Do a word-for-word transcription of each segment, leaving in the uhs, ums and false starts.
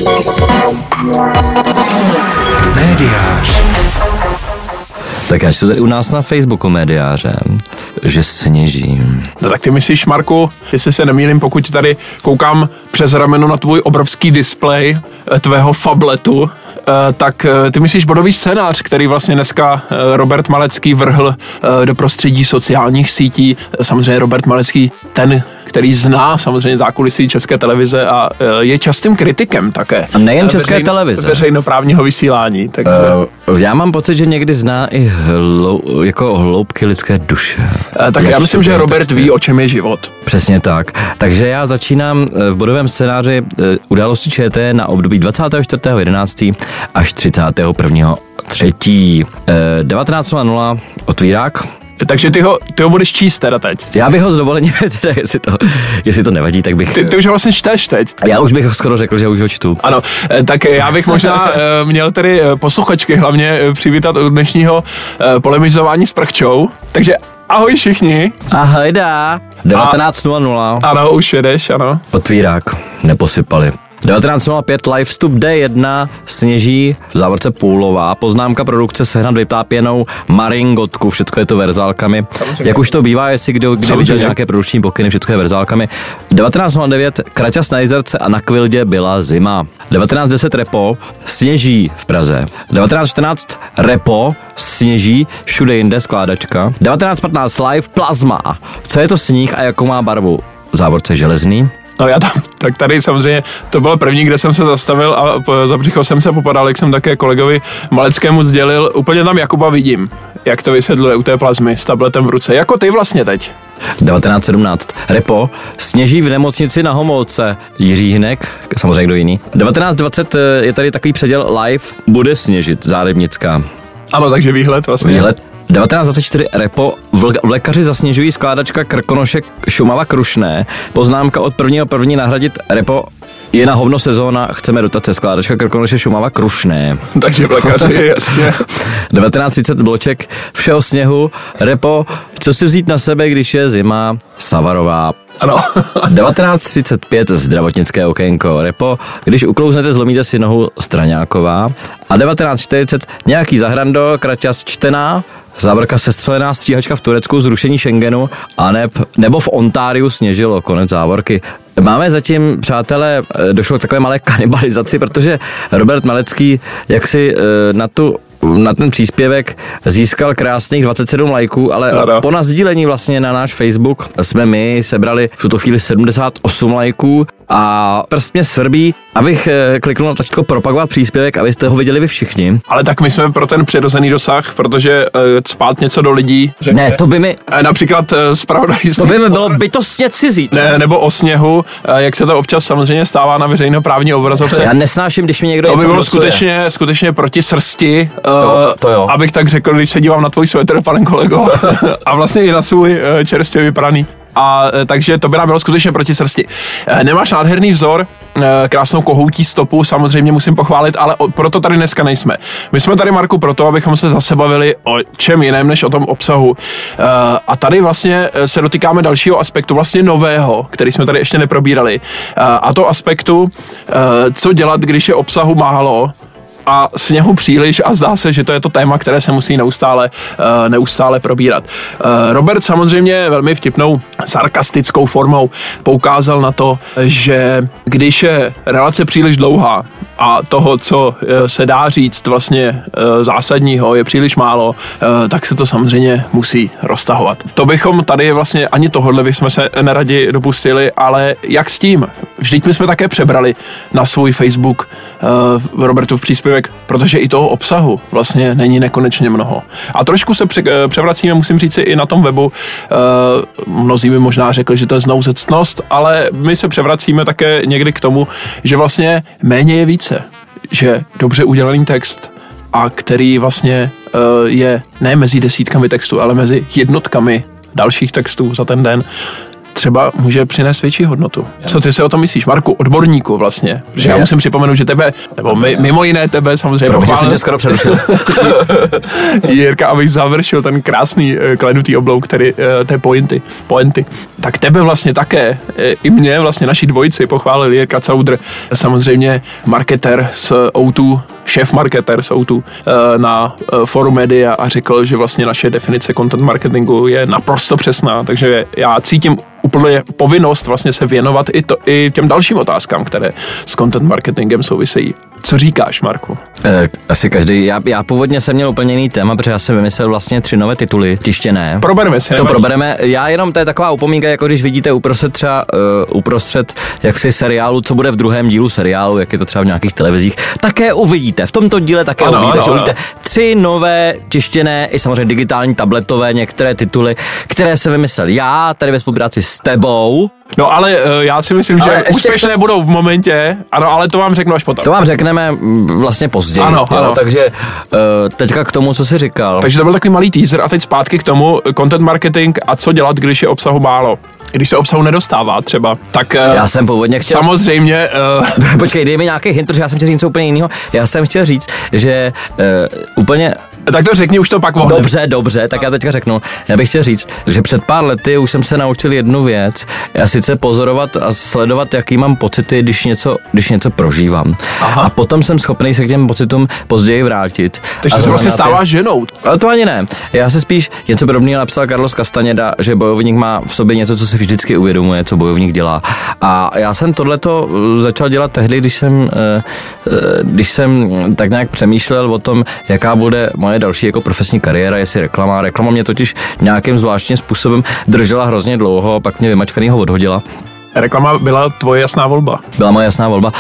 Médiář. Tak já jsem tady u nás na Facebooku médiářem, že sněží. No tak ty myslíš, Marku, jestli se nemýlím, pokud tady koukám přes rameno na tvůj obrovský displej tvého fabletu, tak ty myslíš bodový scénář, který vlastně dneska Robert Malecký vrhl do prostředí sociálních sítí. Samozřejmě Robert Malecký, ten, který zná samozřejmě zákulisí České televize a je častým kritikem také. A nejen České veřejno, televize. Veřejnoprávního vysílání. Tak... Uh, já mám pocit, že někdy zná i hlou, jako hloubky lidské duše. Uh, tak já myslím, že Robert texty. ví, o čem je život. Přesně tak. Takže já začínám v bodovém scénáři události ČT na období dvacátého čtvrtého jedenáctého až třicátého prvního třetího devatenáct nula nula otvírák. Takže ty ho, ty ho budeš číst teda teď. Já bych ho s dovolením, teda, jestli, to, jestli to nevadí, tak bych... Ty, ty už ho vlastně čteš teď. Já už bych skoro řekl, že už ho čtu. Ano, tak já bych možná měl tedy posluchačky hlavně přivítat od dnešního polemizování s Prchčou. Takže ahoj všichni. Ahoj dá. devatenáct nula nula. Ano, už jedeš, ano. Otvírák. Neposypali. devatenáct nula pět live vstup D jedna, sněží, v závorce půlová, poznámka produkce sehnat vytápěnou maringotku, všechno je to verzálkami. Samozřejmě. Jak už to bývá, jestli kdo kdy viděl nějaké produkční pokyny, všechno je verzálkami. devatenáct nula devět Kraťas na Jizerce a na Kvildě byla zima. devatenáct deset Repo, sněží v Praze. devatenáct čtrnáct Repo, sněží, všude jinde skládačka. devatenáct patnáct live plazma. Co je to sníh a jakou má barvu? V závorce železný. No já tam, tak tady samozřejmě, to bylo první, kde jsem se zastavil a za břicho jsem se popadal, jak jsem také kolegovi Maleckému sdělil, úplně tam Jakuba vidím, jak to vysvětluje u té plazmy s tabletem v ruce, jako ty vlastně teď. devatenáct sedmnáct Repo, sněží v nemocnici na Homolce, Jiří Hinek, samozřejmě kdo jiný. devatenáct dvacet je tady takový předěl live, bude sněžit, Zárybnická. Ano, takže výhled vlastně. Výhled. devatenáct dvacet čtyři Repo, v lékaři zasněžují, skládačka Krkonoše Šumava Krušné, poznámka od prvního první nahradit Repo, je na hovno sezóna, chceme dotace, skládačka Krkonoše Šumava Krušné. Takže v lékaři, jasně. devatenáct třicet Bloček, všeho sněhu, Repo, co si vzít na sebe, když je zima, Savarová. Ano. devatenáct třicet pět zdravotnické okénko, Repo, když uklouznete, zlomíte si nohu, Straňáková. A devatenáct čtyřicet nějaký zahrando, Kraťas čtená, závorka sestřelená stíhačka v Turecku, zrušení Schengenu a neb, nebo v Ontáriu sněžilo, konec závorky. Máme zatím, přátelé, došlo k takové malé kanibalizaci, protože Robert Malecký jaksi na tu na ten příspěvek získal krásných dvacet sedm lajků, ale ano. Po nasdílení vlastně na náš Facebook jsme my sebrali v tuto chvíli sedmdesát osm lajků a prst mě svrbí, abych kliknul na tlačítko propagovat příspěvek, abyste ho viděli vy všichni. Ale tak my jsme pro ten přirozený dosah, protože uh, cpát něco do lidí. Řekne, ne, to by mi... Například uh, zpravodajství. To by mi bylo bytostně cizí. Ne, nebo o sněhu, uh, jak se to občas samozřejmě stává na veřejnoprávní obrazovce. Já nesnáším, když mi někdo to něco by bylo vnucuje. skutečně, skutečně proti srsti, uh, to, to jo. Abych tak řekl, když se dívám na tvůj sweater, pane kolego, a vlastně i na svůj uh, čerstvě vypraný. A takže to by nám bylo skutečně proti srsti. Nemáš nádherný vzor, krásnou kohoutí stopu, samozřejmě musím pochválit, ale proto tady dneska nejsme. My jsme tady, Marku, proto, abychom se zase bavili o čem jiném, než o tom obsahu. A tady vlastně se dotýkáme dalšího aspektu, vlastně nového, který jsme tady ještě neprobírali. A to aspektu, co dělat, když je obsahu málo a sněhu příliš a zdá se, že to je to téma, které se musí neustále, uh, neustále probírat. Uh, Robert samozřejmě velmi vtipnou, sarkastickou formou poukázal na to, že když je relace příliš dlouhá a toho, co uh, se dá říct vlastně uh, zásadního, je příliš málo, uh, tak se to samozřejmě musí roztahovat. To bychom tady vlastně ani tohodle bychom se neradi dopustili, ale jak s tím? Vždyť my jsme také přebrali na svůj Facebook uh, Robertův příspěvek, protože i toho obsahu vlastně není nekonečně mnoho. A trošku se pře- převracíme, musím říct si, i na tom webu. Uh, mnozí by možná řekli, že to je znouzectnost, ale my se převracíme také někdy k tomu, že vlastně méně je více. Že dobře udělaný text, a který vlastně uh, je ne mezi desítkami textů, ale mezi jednotkami dalších textů za ten den, třeba může přinést větší hodnotu. Co ty si o tom myslíš, Marku, odborníku vlastně? Protože já musím připomenout, že tebe, nebo mimo jiné tebe samozřejmě pochválil. Jsem tě skoro přerušil. Jirka, abych završil ten krásný klenutý oblouk, který té pointy, pointy. Tak tebe vlastně také, i mě vlastně naší dvojici pochválil Jirka Caudr, samozřejmě marketer z ó dva, šéf marketer z ó dva na Foru Media a řekl, že vlastně naše definice content marketingu je naprosto přesná, takže já cítím úplně povinnost vlastně se věnovat i, to, i těm dalším otázkám, které s content marketingem souvisejí. Co říkáš, Marku? E, asi každý. Já, já původně jsem měl úplně jiný téma, protože já jsem vymyslel vlastně tři nové tituly, tištěné. Probereme si. To probereme. Já jenom, to je taková upomínka, jako když vidíte uprostřed třeba uh, uprostřed jaksi seriálu, co bude v druhém dílu seriálu, jak je to třeba v nějakých televizích, také uvidíte. V tomto díle také ano, uvidíte, ano, že ano. uvidíte tři nové tištěné i samozřejmě digitální tabletové některé tituly, které jsem vymyslel já tady ve spolupráci s tebou. No ale uh, já si myslím, ale že úspěšné to... budou v momentě, ano, ale to vám řeknu až potom. To vám řekneme vlastně později. Ano, jo, ano. Takže uh, teďka k tomu, co jsi říkal. Takže to byl takový malý teaser a teď zpátky k tomu content marketing a co dělat, když je obsahu málo. Když se obsahu nedostává třeba, tak uh, já jsem původně chtěl... Samozřejmě... Uh... Počkej, dej mi nějaký hint, protože já jsem chtěl říct něco úplně jiného. Já jsem chtěl říct, že uh, úplně... Tak to řekni, už to pak vohneme. Dobře, dobře, tak já teďka řeknu. Já bych chtěl říct, že před pár lety už jsem se naučil jednu věc. Já sice pozorovat a sledovat, jaký mám pocity, když něco, když něco prožívám. Aha. A potom jsem schopný se k těm pocitům později vrátit. Takže se vlastně stáváš ženou. Ale to ani ne. Já se spíš něco podobného napsal Carlos Castañeda, že bojovník má v sobě něco, co se vždycky uvědomuje, co bojovník dělá. A já jsem tohleto začal dělat tehdy, když jsem, když jsem tak nějak přemýšlel o tom, jaká bude moje další jako profesní kariéra, jestli reklama. Reklama mě totiž nějakým zvláštním způsobem držela hrozně dlouho, pak mě vymačkanýho odhodila. Reklama byla tvoje jasná volba. Byla moje jasná volba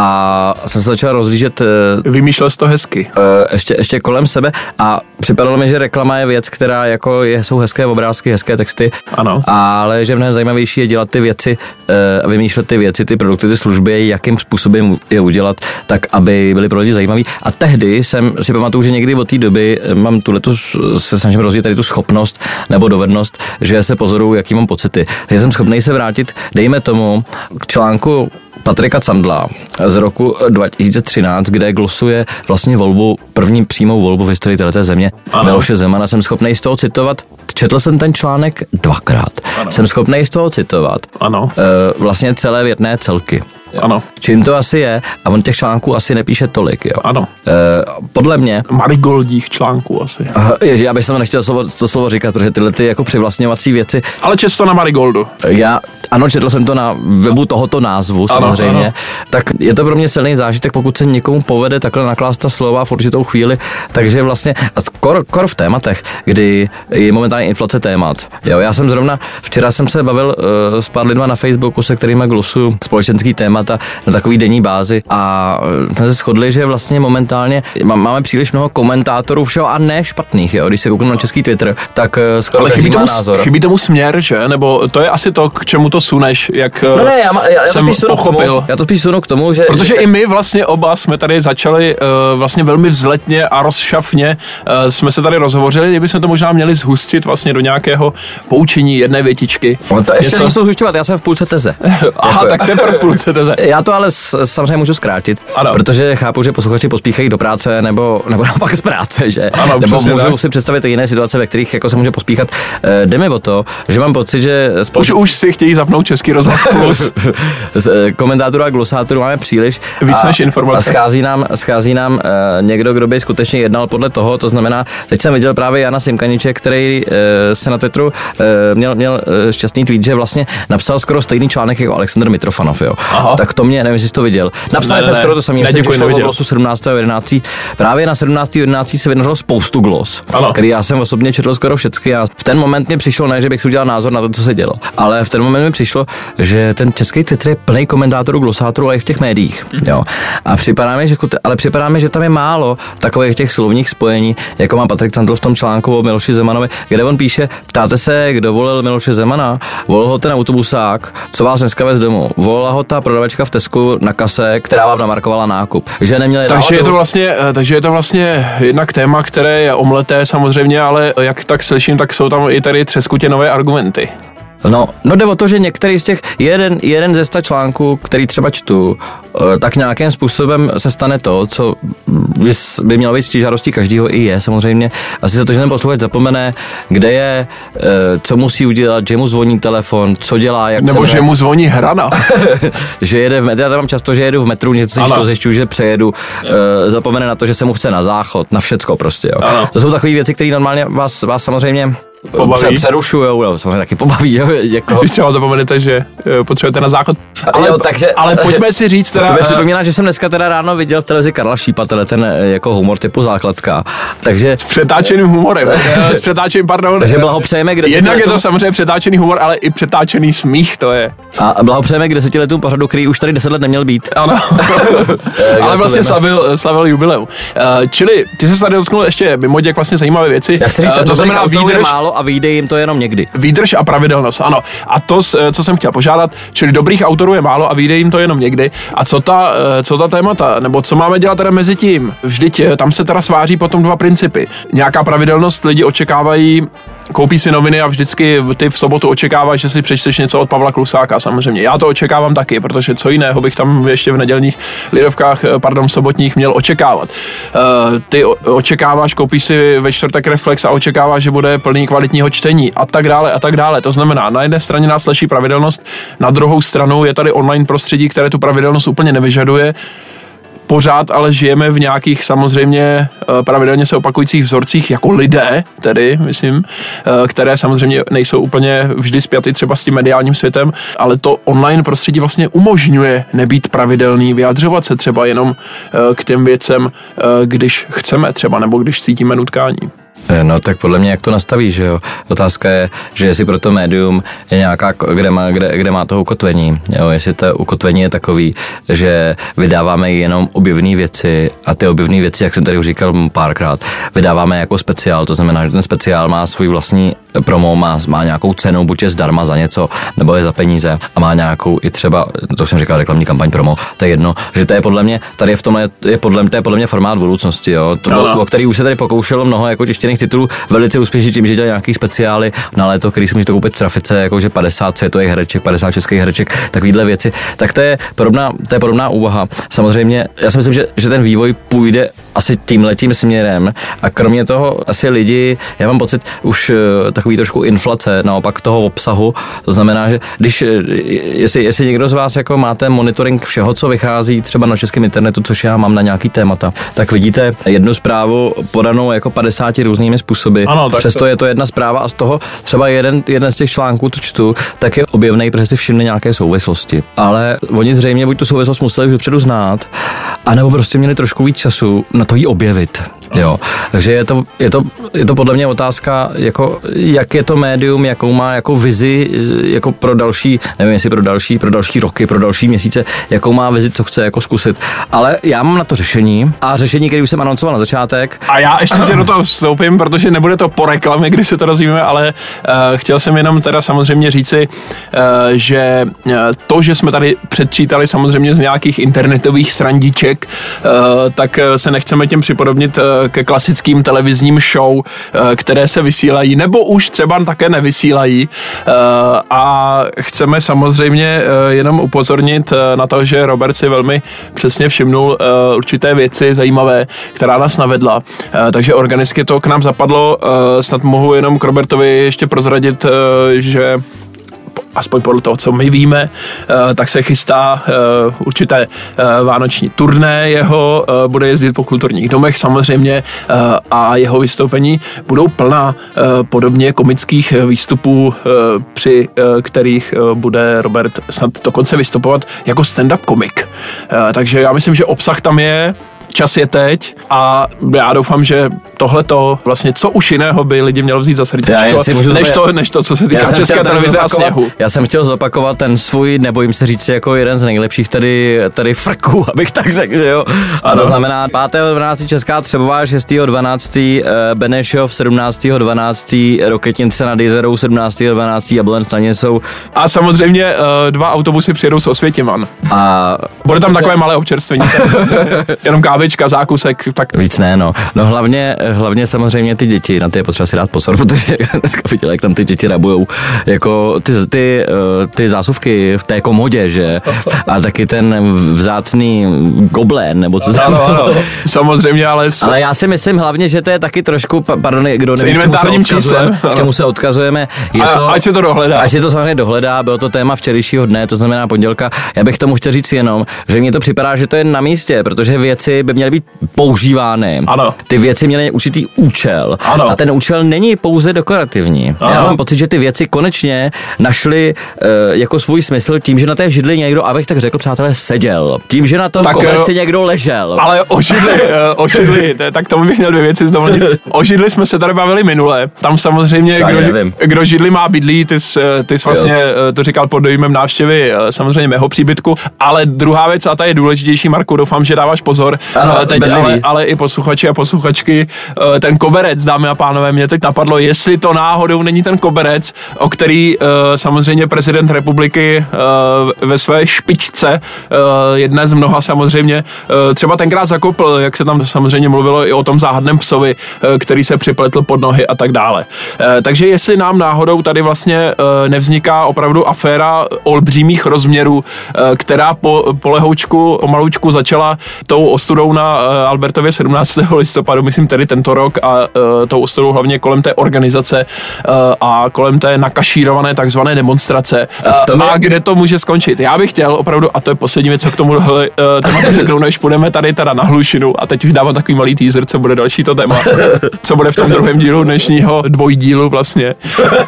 a jsem se začal rozlížet. Vymýšlel jsi to hezky. Ještě, ještě kolem sebe a připadalo mi, že reklama je věc, která jako je, jsou hezké obrázky, hezké texty, ano. Ale že mnohem zajímavější je dělat ty věci a vymýšlet ty věci, ty produkty, ty služby, jakým způsobem je udělat, tak aby byly pro lidi zajímavý. A tehdy jsem si pamatuju, že někdy od té doby mám tuhletu, se snažím rozvíjet tady tu schopnost nebo dovednost, že se pozoruju, jaký mám pocity. Takže jsem schopný se vrátit, dejme tomu k článku Patrika Candla z roku dva tisíce třináct, kde glosuje vlastně volbu, první přímou volbu v historii této země Miloše Zemana. Jsem schopnej z toho citovat, četl jsem ten článek dvakrát. Ano. Jsem schopnej z toho citovat ano. E, vlastně celé větné celky. Ano. Čím to asi je, a on těch článků asi nepíše tolik, jo. Ano. E, podle mě... Marigoldích článků asi. Ježi, já bych to nechtěl slovo, to slovo říkat, protože tyhle ty jako přivlastňovací věci... Ale četl to na Marigoldu. Já, ano, četl jsem to na webu tohoto názvu, ano, samozřejmě. Ano. Tak je to pro mě silný zážitek, pokud se někomu povede takhle naklást ta slova v určitou chvíli, takže vlastně, kor, kor v tématech, kdy je momentálně inflace témat. Jo, já jsem zrovna, včera jsem se bavil uh, s pár lidma na Facebooku, se kterými glosuju společenský témata na takový denní bázi a jsme se shodli, že vlastně momentálně máme příliš mnoho komentátorů všeho a ne špatných, jo. Když se kouknu na český Twitter, tak skoro ale každý chybí má tomu, názor. Chybí tomu směr, že? Nebo to je asi to, k čemu to suneš, jak no ne, já, já, já jsem to pochopil. Tomu, já to spíš sunu k tomu, že... Protože že... i my vlastně oba jsme tady začali uh, vlastně velmi vzletně a rozšafně uh, jsme se tady rozhovořili, kdybychom to možná měli zhustit vlastně do nějakého poučení jedné větičky. No to ještě Něco... nejsou zhušťovat, já jsem v půlce teze. Aha, jako... tak teprve v půlce teze. Já to ale samozřejmě můžu zkrátit, ano. Protože chápu, že posluchači pospíchají do práce nebo, nebo naopak z práce, že? Ano, nebo můžou tak. si představit jiné situace, ve kterých jako se může pospíchat. E, jde mi o to, že mám pocit, že... Spolu... Už, už si chtějí zapnout Český rozhlas plus. Komentátorů a glosátorů máme příliš. Víc než informace. A schází nám, schází nám uh, někdo, kdo by skutečně jednal podle toho, to znamená, teď jsem viděl právě Jana Simkaniče, který uh, se na Twitteru uh, měl, měl uh, šťastný tweet, že vlastně napsal skoro stejný článek jako Alexander Mitrofanov, jo. Aha. Tak to mě, nevím, jestli jsi to viděl. Napsali jsme skoro to samé, já jsem přišel o glosu sedmnáctého jedenáctého Právě na sedmnáctého jedenáctého se vynořilo spoustu glos, ano. Který já jsem osobně četl skoro všechny a v ten moment mi přišlo, ne, že bych si udělal názor na to, co se dělo, ale v ten moment mi přišlo, že ten český Twitter je plný komentátorů, glosátorů, ale i v těch médiích, mm. jo. A připadá mi, že, ale připadá mi, že tam je málo takových těch slovních spojení, jako má Patrik Candl v tom článku o Miloši Zemanovi, kde on píše, ptáte se, kdo volil Miloše Zemana, volil ho ten autobusák, co vás dneska vez domů, volila ho ta prodavačka v Tesku na kase, která vám namarkovala nákup, že neměli takže náhodou... je to vlastně, takže je to vlastně jednak téma, které je omleté samozřejmě, ale jak tak slyším, tak jsou tam i tady třeskutěnové argumenty. No, no jde o to, že některý z těch, jeden, jeden ze sta článků, který třeba čtu, tak nějakým způsobem se stane to, co by mělo být stížádostí každého i je samozřejmě. Asi se to, že ten posluchač zapomene, kde je, co musí udělat, že mu zvoní telefon, co dělá, jak Nebo se že mu zvoní hrana. Že jede v metru, já tam mám často, že jedu v metru, něco si to zjišťuju, že přejedu, uh, zapomene na to, že se mu chce na záchod, na všecko prostě, jo. To jsou takové věci, které normálně vás, vás samozřejmě pobaví. Přerušujou, jo, samozřejmě taky pobaví, jo, jako. Když třeba zapomenete, že potřebujete na záchod. Ale, jo, takže, ale pojďme si říct teda... To mě připomíná, že jsem dneska teda ráno viděl v televizi Karla Šípatele, ten jako humor typu Základka. Takže... S přetáčeným humorem. S přetáčeným, pardon. Takže blahopřejeme k Jednak je to letům... samozřejmě přetáčený humor, ale i přetáčený smích to je. A blahopřejeme k desetiletům pořadu, který už tady deset let neměl být. Ano. Ale vlastně slavil, slavil jubileum. Čili ty se tady dotknul ještě mimo jak vlastně zajímavé věci. Já chci říct, to znamená výdrž, málo a vyjde jim to jenom někdy. Výdrž a pravidelnost, ano. A to, co jsem chtěl požádat, čili dobrých autorů je málo a vyjde jim to jenom někdy. A co ta, co ta témata, nebo co máme dělat teda mezi tím? Vždyť tam se teda sváří potom dva principy. Nějaká pravidelnost, lidi očekávají, koupí si noviny a vždycky ty v sobotu očekávají, že si přečteš něco od Pavla Klusáka, samozřejmě. Já to očekávám taky, protože co jiného bych tam ještě v nedělních lidovkách, pardon, sobotních měl očekávat. Ty očekáváš, koupíš si ve čtvrtek Reflex a očekáváš, že bude plný kvalitního čtení a tak dále a tak dále. To znamená, na jedné straně nás leží pravidelnost, na druhou stranu je tady online prostředí, které tu pravidelnost úplně nevyžaduje. Pořád ale žijeme v nějakých samozřejmě pravidelně se opakujících vzorcích jako lidé, tedy myslím, které samozřejmě nejsou úplně vždy spjaty třeba s tím mediálním světem, ale to online prostředí vlastně umožňuje nebýt pravidelný, vyjadřovat se třeba jenom k těm věcem, když chceme třeba, nebo když cítíme nutkání. No tak podle mě jak to nastaví, že jo. Otázka je, že jestli pro to médium je nějaká, kde má, kde, kde má to ukotvení, jo. Jestli to ukotvení je takový, že vydáváme jenom objevné věci a ty objevné věci, jak jsem tady už říkal párkrát, vydáváme jako speciál, to znamená, že ten speciál má svůj vlastní promo, má, má nějakou cenu, buď je zdarma za něco, nebo je za peníze a má nějakou i třeba, to jsem říkal, reklamní kampaň promo, to je jedno, že to je podle mě, tady je v tomhle, je podle, to je podle mě formát budoucnosti, jo. To, no, no. O který už se tady pokoušelo mnoho jako tištěných titulů, velice úspěšně tím, že dělají nějaký speciály na léto, který si můžete koupit v trafice, jakože padesát světových hereček, padesát českých hereček, takovýhle věci. Tak to je podobná, to je podobná úvaha. Samozřejmě, já si myslím, že, že ten vývoj půjde asi tímhletím směrem a kromě toho asi lidi, já mám pocit už takový trošku inflace naopak toho obsahu, to znamená, že když, jestli, jestli někdo z vás jako máte monitoring všeho, co vychází třeba na českém internetu, což já mám na nějaký témata, tak vidíte jednu zprávu podanou jako padesáti různými způsoby. Ano, přesto to je to jedna zpráva a z toho třeba jeden, jeden z těch článků, co čtu, tak je objevnej, protože si všimne nějaké souvislosti. Ale oni zřejmě buď tu souvislost museli už dopředu znát, anebo prostě měli trošku víc času na to jí objevit. Jo. Takže je to, je, to, je to podle mě otázka, jako, jak je to médium, jakou má jako vizi jako pro další, nevím jestli pro další, pro další roky, pro další měsíce, jakou má vizi, co chce jako zkusit. Ale já mám na to řešení a řešení, který už jsem anoncoval na začátek. A já ještě tě do toho vstoupím, protože nebude to po reklamě, kdy si to rozvíme, ale uh, chtěl jsem jenom teda samozřejmě říci, uh, že uh, to, že jsme tady předčítali samozřejmě z nějakých internetových srandiček, uh, tak uh, se nechceme těm připodobnit uh, ke klasickým televizním show, uh, které se vysílají, nebo už třeba také nevysílají. Uh, a chceme samozřejmě uh, jenom upozornit uh, na to, že Robert si velmi přesně všimnul uh, určité věci zajímavé, která nás navedla. Uh, takže organicky to k nám zapadlo. Uh, snad mohu jenom k Robertovi ještě prozradit, uh, že aspoň podle toho, co my víme, tak se chystá určité vánoční turné jeho, bude jezdit po kulturních domech samozřejmě a jeho vystoupení budou plná podobně komických výstupů, při kterých bude Robert snad dokonce vystupovat jako stand-up komik. Takže já myslím, že obsah tam je, čas je teď a já doufám, že tohleto vlastně co už jiného by lidi mělo vzít za srdíčko, než to, než to, co se týká české televize a sněhu. Já jsem chtěl zopakovat ten svůj, nebojím se říct, jako jeden z nejlepších tady, tady frků, abych tak řekl, že jo. A ano. To znamená pátého dvanáctého Česká Třebová, šestého dvanáctého Benešov, sedmnáctého dvanáctého Roketince nad Jizerou, sedmnáctého dvanáctého Jablonec nad Nisou. A samozřejmě dva autobusy přijedou z Osvětiman. A bude tam takové malé občerstvení, jenom kávy kávička, zákusek, tak... Víc ne, no. No hlavně, hlavně samozřejmě ty děti, na ty je potřeba si dát pozor, protože jak jsem dneska viděl, jak tam ty děti rabujou, jako ty, ty, ty zásuvky v té komodě, že? A taky ten vzácný goblen, nebo co ano, ano, samozřejmě, ale... S... Ale já si myslím hlavně, že to je taky trošku, pardon, kdo neví, inventárním číslem, k čemu se odkazujeme. Je a, to, ať se to dohledá. Ať se to samozřejmě dohledá, bylo to téma včerejšího dne, to znamená pondělka. Já bych tomu chtěl říct jenom, že mně to připadá, že to je na místě, protože věci by měly být používány. Ano. Ty věci měly určitý účel. Ano. A ten účel není pouze dekorativní. Ano. Já mám pocit, že ty věci konečně našly uh, jako svůj smysl tím, že na té židli někdo, abych tak řekl, přátelé, seděl. Tím, že na tom koberci někdo ležel. Ale o židli, uh, o židli, to je, tak tomu bych měl dvě věci zdovolit. O židli jsme se tady bavili minule. Tam samozřejmě, kdo, kdo židli má bydlí, ty jsi, ty jsi vlastně jo. to říkal pod dojmem návštěvy samozřejmě mého příbytku, ale druhá věc, a ta je důležitější, Marku, doufám, že dáváš pozor, ano, teď, ale, ale i posluchači a posluchačky, ten koberec, dámy a pánové, mě teď napadlo, jestli to náhodou není ten koberec, o který samozřejmě prezident republiky ve své špičce, jedné z mnoha samozřejmě, třeba tenkrát zakopl, jak se tam samozřejmě mluvilo i o tom záhadném psovi, který se připletl pod nohy a tak dále. Takže jestli nám náhodou tady vlastně nevzniká opravdu aféra olbřímých rozměrů, která po, po lehoučku, pomaloučku začala tou ostudou na Albertově sedmnáctého listopadu, myslím tedy tento rok, a tou ostudou hlavně kolem té organizace a kolem té nakašírované takzvané demonstrace. A kde to může skončit? Já bych chtěl opravdu, a to je poslední věc, co k tomu tématu řeknu, než půjdeme tady teda na hlušinu, a teď už dávám takový malý teaser, co bude další to téma, co bude v tom druhém dílu dnešního dvojdílu vlastně.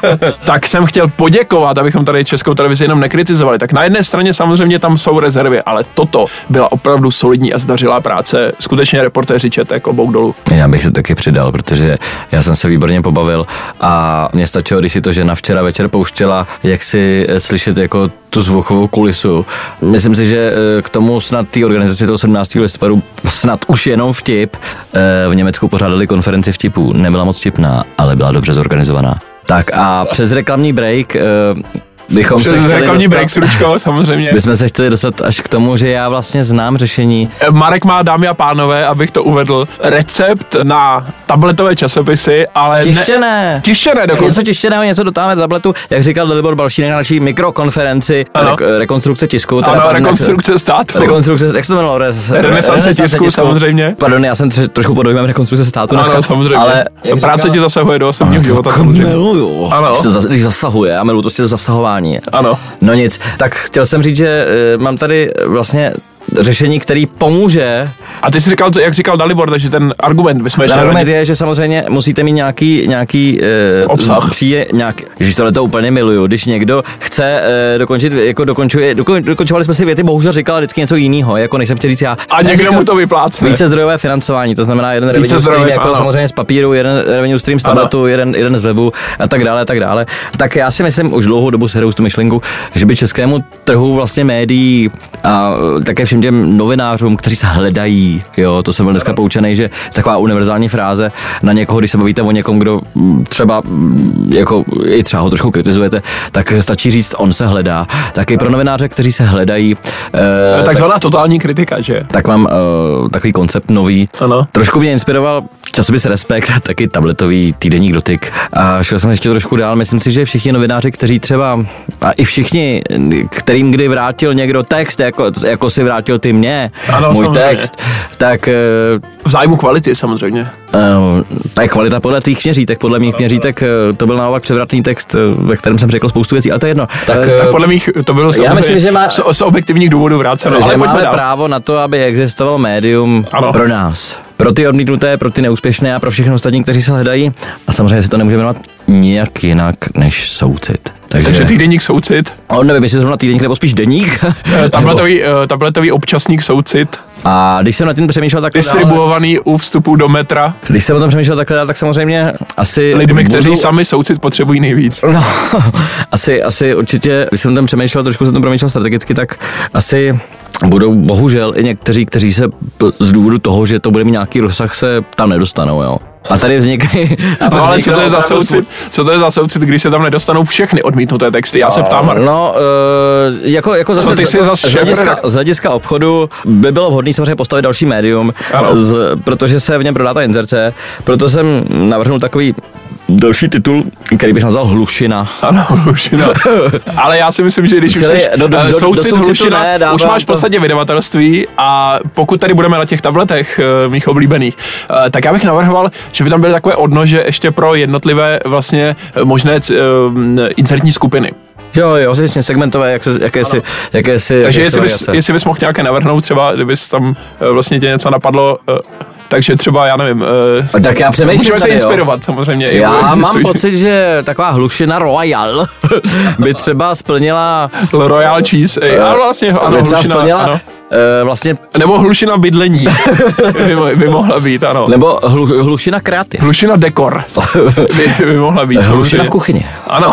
Tak jsem chtěl poděkovat, abychom tady Českou televizi jenom nekritizovali. Tak na jedné straně samozřejmě tam jsou rezervy, ale toto byla opravdu solidní a zdařilá práce. Skutečně reportéři ČT, klobouk dolů. Já bych se taky přidal, protože já jsem se výborně pobavil a mě stačilo, když si to žena včera večer pouštěla, jak si slyšet jako tu zvukovou kulisu. Myslím si, že k tomu snad té organizaci toho sedmnáctého listopadu snad už jenom vtip. V Německu pořádali konferenci vtipů. Nebyla moc vtipná, ale byla dobře zorganizovaná. Tak a přes reklamní break bychom Přes se chtěli reklamní dostat, break s ručkou, samozřejmě. bychom se chtěli dostat až k tomu, že já vlastně znám řešení. Marek má, dámy a pánové, abych to uvedl, recept na tabletové časopisy, ale tištěné. Ne, tištěné dokonce. Něco tištěného, něco dotáme do tabletu, jak říkal Dalibor Balšínek na naší mikrokonferenci, re- rekonstrukce tisku. Ano, pardon, rekonstrukce státu. Rekonstrukce, jak se to jmenovalo? Re- Renesance tisku, tisku, samozřejmě. Pardon, já jsem tři, trošku pod dojmem rekonstrukce státu dneska. Ano, samozřejmě. Ale práce říkal, ti zasahuje do osobního života, samozřejmě. Miluju. Ano. Když, to, když zasahuje, já miluju to to zasahování. Ano. No nic, tak chtěl jsem říct, že uh, mám tady vlastně řešení, který pomůže. A ty jsi říkal, jak říkal Dalibor, takže ten argument bychom ještě... Argument je, že samozřejmě musíte mít nějaký, nějaký uh, obsah. Příje, nějak, že tohle to úplně miluju, když někdo chce uh, dokončit, jako dokončuje, dokon, dokončovali jsme si věty, bohužel říkal vždycky něco jiného, jako než jsem chtěl říct já. A někdo říkal, mu to vyplácne. Více zdrojové financování, to znamená jeden revenue stream, zdrojové, jako ano. samozřejmě z papíru, jeden revenue stream z tabletu, jeden, jeden z webu a tak dále, a tak dále. Tak já si myslím, už dlouhou dobu se hraju tu myšlenku, že by českému trhu vlastně médií a také všem těm novinářům, kteří se hledají, jo, to jsem byl dneska poučený, že taková univerzální fráze na někoho, když se bavíte o někom, kdo třeba jako i třeba ho trošku kritizujete, tak stačí říct, on se hledá. Tak i pro novináře, kteří se hledají. Eh, Takzvaná tak, totální kritika, že? Tak mám eh, takový koncept nový. Ano. Trošku mě inspiroval časopis Respekt a taky tabletový týdenník Dotyk. A šel jsem ještě trošku dál. Myslím si, že všichni novináři, kteří třeba, a i všichni, kterým kdy vrátil někdo text, jako, jako si vrátil ty mě, ano, můj samozřejmě. text, tak... V zájmu kvality samozřejmě. Uh, tak kvalita podle tvých měřítek, podle mých měřítek, to byl naopak převratný text, ve kterém jsem řekl spoustu věcí, ale to je jedno. Tak, uh, tak podle mých to bylo já myslím, že má, z, z objektivních důvodů vráceno. Že ale máme dál. právo na to, aby existovalo médium ano. pro nás. Pro ty odmítnuté, pro ty neúspěšné a pro všechny ostatní, kteří se hledají. A samozřejmě si to nemůžeme jmenovat nijak jinak než soucit. Takže, Takže týdeník Soucit. Ale nevím, jestli zrovna týdeník nebo spíš deník. tabletový, tabletový občasník Soucit. A když jsem na tím přemýšlel takhle distribuovaný dál, u vstupu do metra. Když jsem o tom přemýšlel takhle dál, tak samozřejmě asi... Lidmi, budu... kteří sami Soucit potřebují nejvíc. No, asi, asi určitě, když jsem tam přemýšlel, trošku jsem tam přemýšlel strategicky, tak asi budou bohužel i někteří, kteří se z důvodu toho, že to bude mít nějaký rozsah, se tam nedostanou, jo. A tady vznikají... No ale co to je za soucit, co to je za soucit, když se tam nedostanou všechny odmítnuté texty? Já se ptám. No, uh, jako, jako zase ty jsi zase z, hlediska, z hlediska obchodu by bylo vhodné samozřejmě postavit další médium, z, protože se v něm prodá ta inzerce, proto jsem navrhnul takový další titul, který bych nazval Hlušina. Ano, Hlušina. Ale já si myslím, že když už jsi do, do, do, soucit do Hlušina, ne, už máš v podstatě vydavatelství a pokud tady budeme na těch tabletech uh, mých oblíbených, uh, tak já bych navrhoval, že by tam byly takové odnože ještě pro jednotlivé vlastně možné uh, insertní skupiny. Jo, jo, vlastně segmentové, jak se, jakési, jakési... Takže jestli bys, jestli bys mohl nějaké navrhnout třeba, kdybys tam uh, vlastně tě něco napadlo, uh, takže třeba, já nevím, uh, tak já přemýšlím můžeme tady, se inspirovat jo. samozřejmě. Já mám pocit, že taková Hlušina Royal by třeba splnila... Royal Cheese, ej, ale vlastně, ano, Hlušina, splnila, ano. Uh, vlastně... Nebo Hlušina bydlení by, by mohla být, ano. Nebo hlu, Hlušina kreativ. Hlušina dekor by, by mohla být. Hlušina v kuchyni. Ano.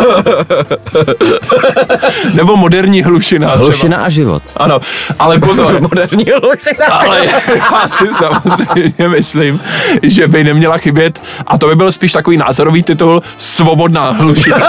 Nebo moderní Hlušina. Hlušina třeba. A život. Ano, ale pozor. Moderní Hlušina. Ale já si samozřejmě myslím, že by neměla chybět, a to by byl spíš takový názorový titul, Svobodná Hlušina.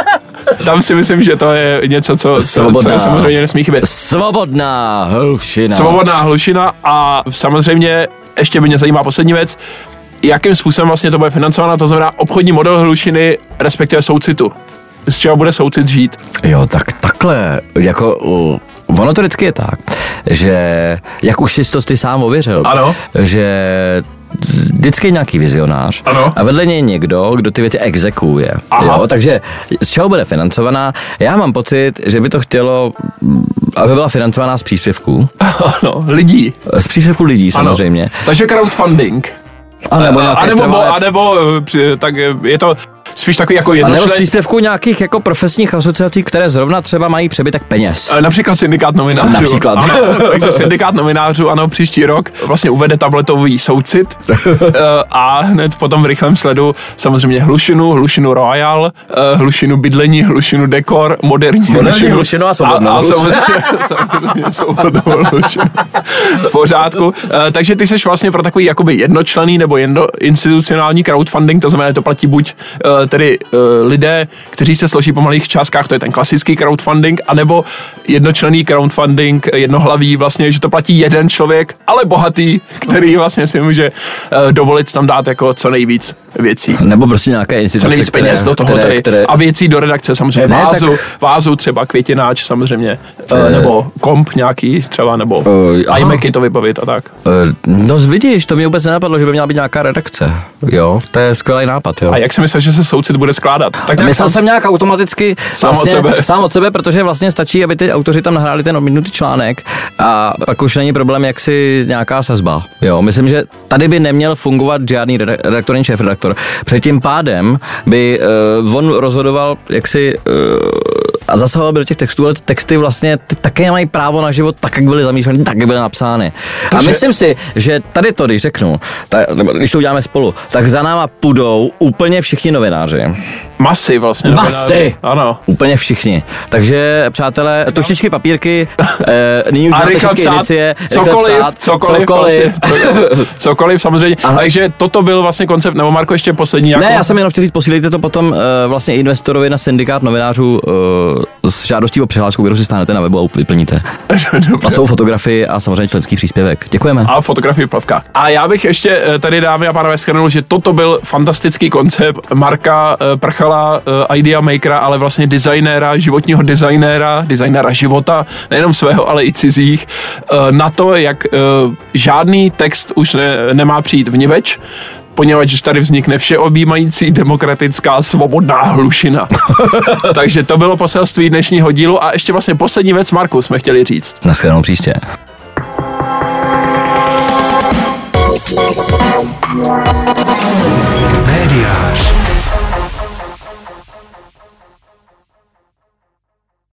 Tam si myslím, že to je něco, co, co, co samozřejmě nesmí chybět. Svobodná Hlušina. Svobodná Hlušina a samozřejmě ještě by mě zajímá poslední věc, jakým způsobem vlastně to bude financováno, to znamená obchodní model Hlušiny, respektive soucitu. Z čeho bude soucit žít? Jo, tak takhle, jako... Uh... Ono to vždycky je tak, že, jak už jsi to ty sám ověřil, ano. že vždycky je nějaký vizionář ano. a vedle něj někdo, kdo ty věci exekuje. Jo? Takže z čeho bude financovaná? Já mám pocit, že by to chtělo, aby byla financovaná z příspěvků. Ano, lidí. Z příspěvků lidí samozřejmě. Ano. Takže crowdfunding. A nebo, a, a nebo, trvalé... a nebo tak je to spíš takový jako jednočlen... A nebo z příspěvků nějakých jako profesních asociací, které zrovna třeba mají přebytek peněz. Například syndikát novinářů. Například. Ano, takže syndikát novinářů, ano, příští rok vlastně uvede tabletový soucit a hned potom v rychlém sledu samozřejmě Hlušinu, Hlušinu Royal, Hlušinu bydlení, Hlušinu dekor, moderní, moderní Hlušinu a svobodnou. A, a samozřejmě, samozřejmě svobodnou Hlušinu. V pořádku. Takže ty seš vlastně pro takový jakoby jednočlenný nebo jedno institucionální crowdfunding, to znamená, to platí buď tedy uh, lidé, kteří se složí po malých částkách, to je ten klasický crowdfunding, anebo jednočlenný crowdfunding, jednohlavý vlastně, že to platí jeden člověk, ale bohatý, který vlastně si může uh, dovolit tam dát jako co nejvíc věcí. Nebo prostě nějaké instituce, co nejvíc peněz do toho které, tady. Které... A věcí do redakce samozřejmě, ne, vázu, tak... vázu třeba květináč samozřejmě, uh, nebo komp nějaký třeba, nebo uh, iMacy to vybavit a tak. Uh, no vidíš, to mě vůbec nenapadlo, že by měla být nějaká redakce, jo, to je skvělý nápad, jo. A jak si myslíš, že se soucit bude skládat? Tak myslel jsem nějak automaticky sám vlastně, od sebe. Sám od sebe, protože vlastně stačí, aby ty autoři tam nahráli ten odmítnutý článek a pak už není problém, jak si nějaká sazba. Jo, myslím, že tady by neměl fungovat žádný redaktor, ani šéfredaktor. Před tím pádem by uh, on rozhodoval, jak si uh, a zasahoval by do těch textů, ale ty texty vlastně ty také mají právo na život tak, jak byly zamýšleny, tak, jak byly napsány. Takže... A myslím si, že tady to, když řeknu, ta, když to uděláme spolu, tak za náma půjdou úplně všichni novináři. Masy vlastně. Masy! Ano. Úplně všichni. Takže, přátelé, tuštičky, papírky, eh, nyní už máte všechny indicie. Cokoliv, psát, cokoliv, cokoliv. Cokoliv, cokoliv samozřejmě. Aha. Takže toto byl vlastně koncept, nebo Marko, ještě poslední. Jako... Ne, já jsem jenom chtěl říct, posílejte to potom eh, vlastně investorovi na syndikát novinářů eh, s žádostí o přihlášku, kterou si stáhnete na webu a vyplníte. A jsou fotografie a samozřejmě členský příspěvek. Děkujeme. A fotografii plavka. A já bych ještě tady, dámy a pánové, shrnul, že toto byl fantastický koncept Marka eh, Prchala, Uh, idea makera, ale vlastně designéra, životního designéra, designéra života, nejenom svého, ale i cizích, uh, na to, jak uh, žádný text už ne, nemá přijít vniveč, poněvadž tady vznikne všeobjímající demokratická svobodná hlušina. Takže to bylo poselství dnešního dílu a ještě vlastně poslední věc, Marku, jsme chtěli říct. Naschledanou příště. Médiář.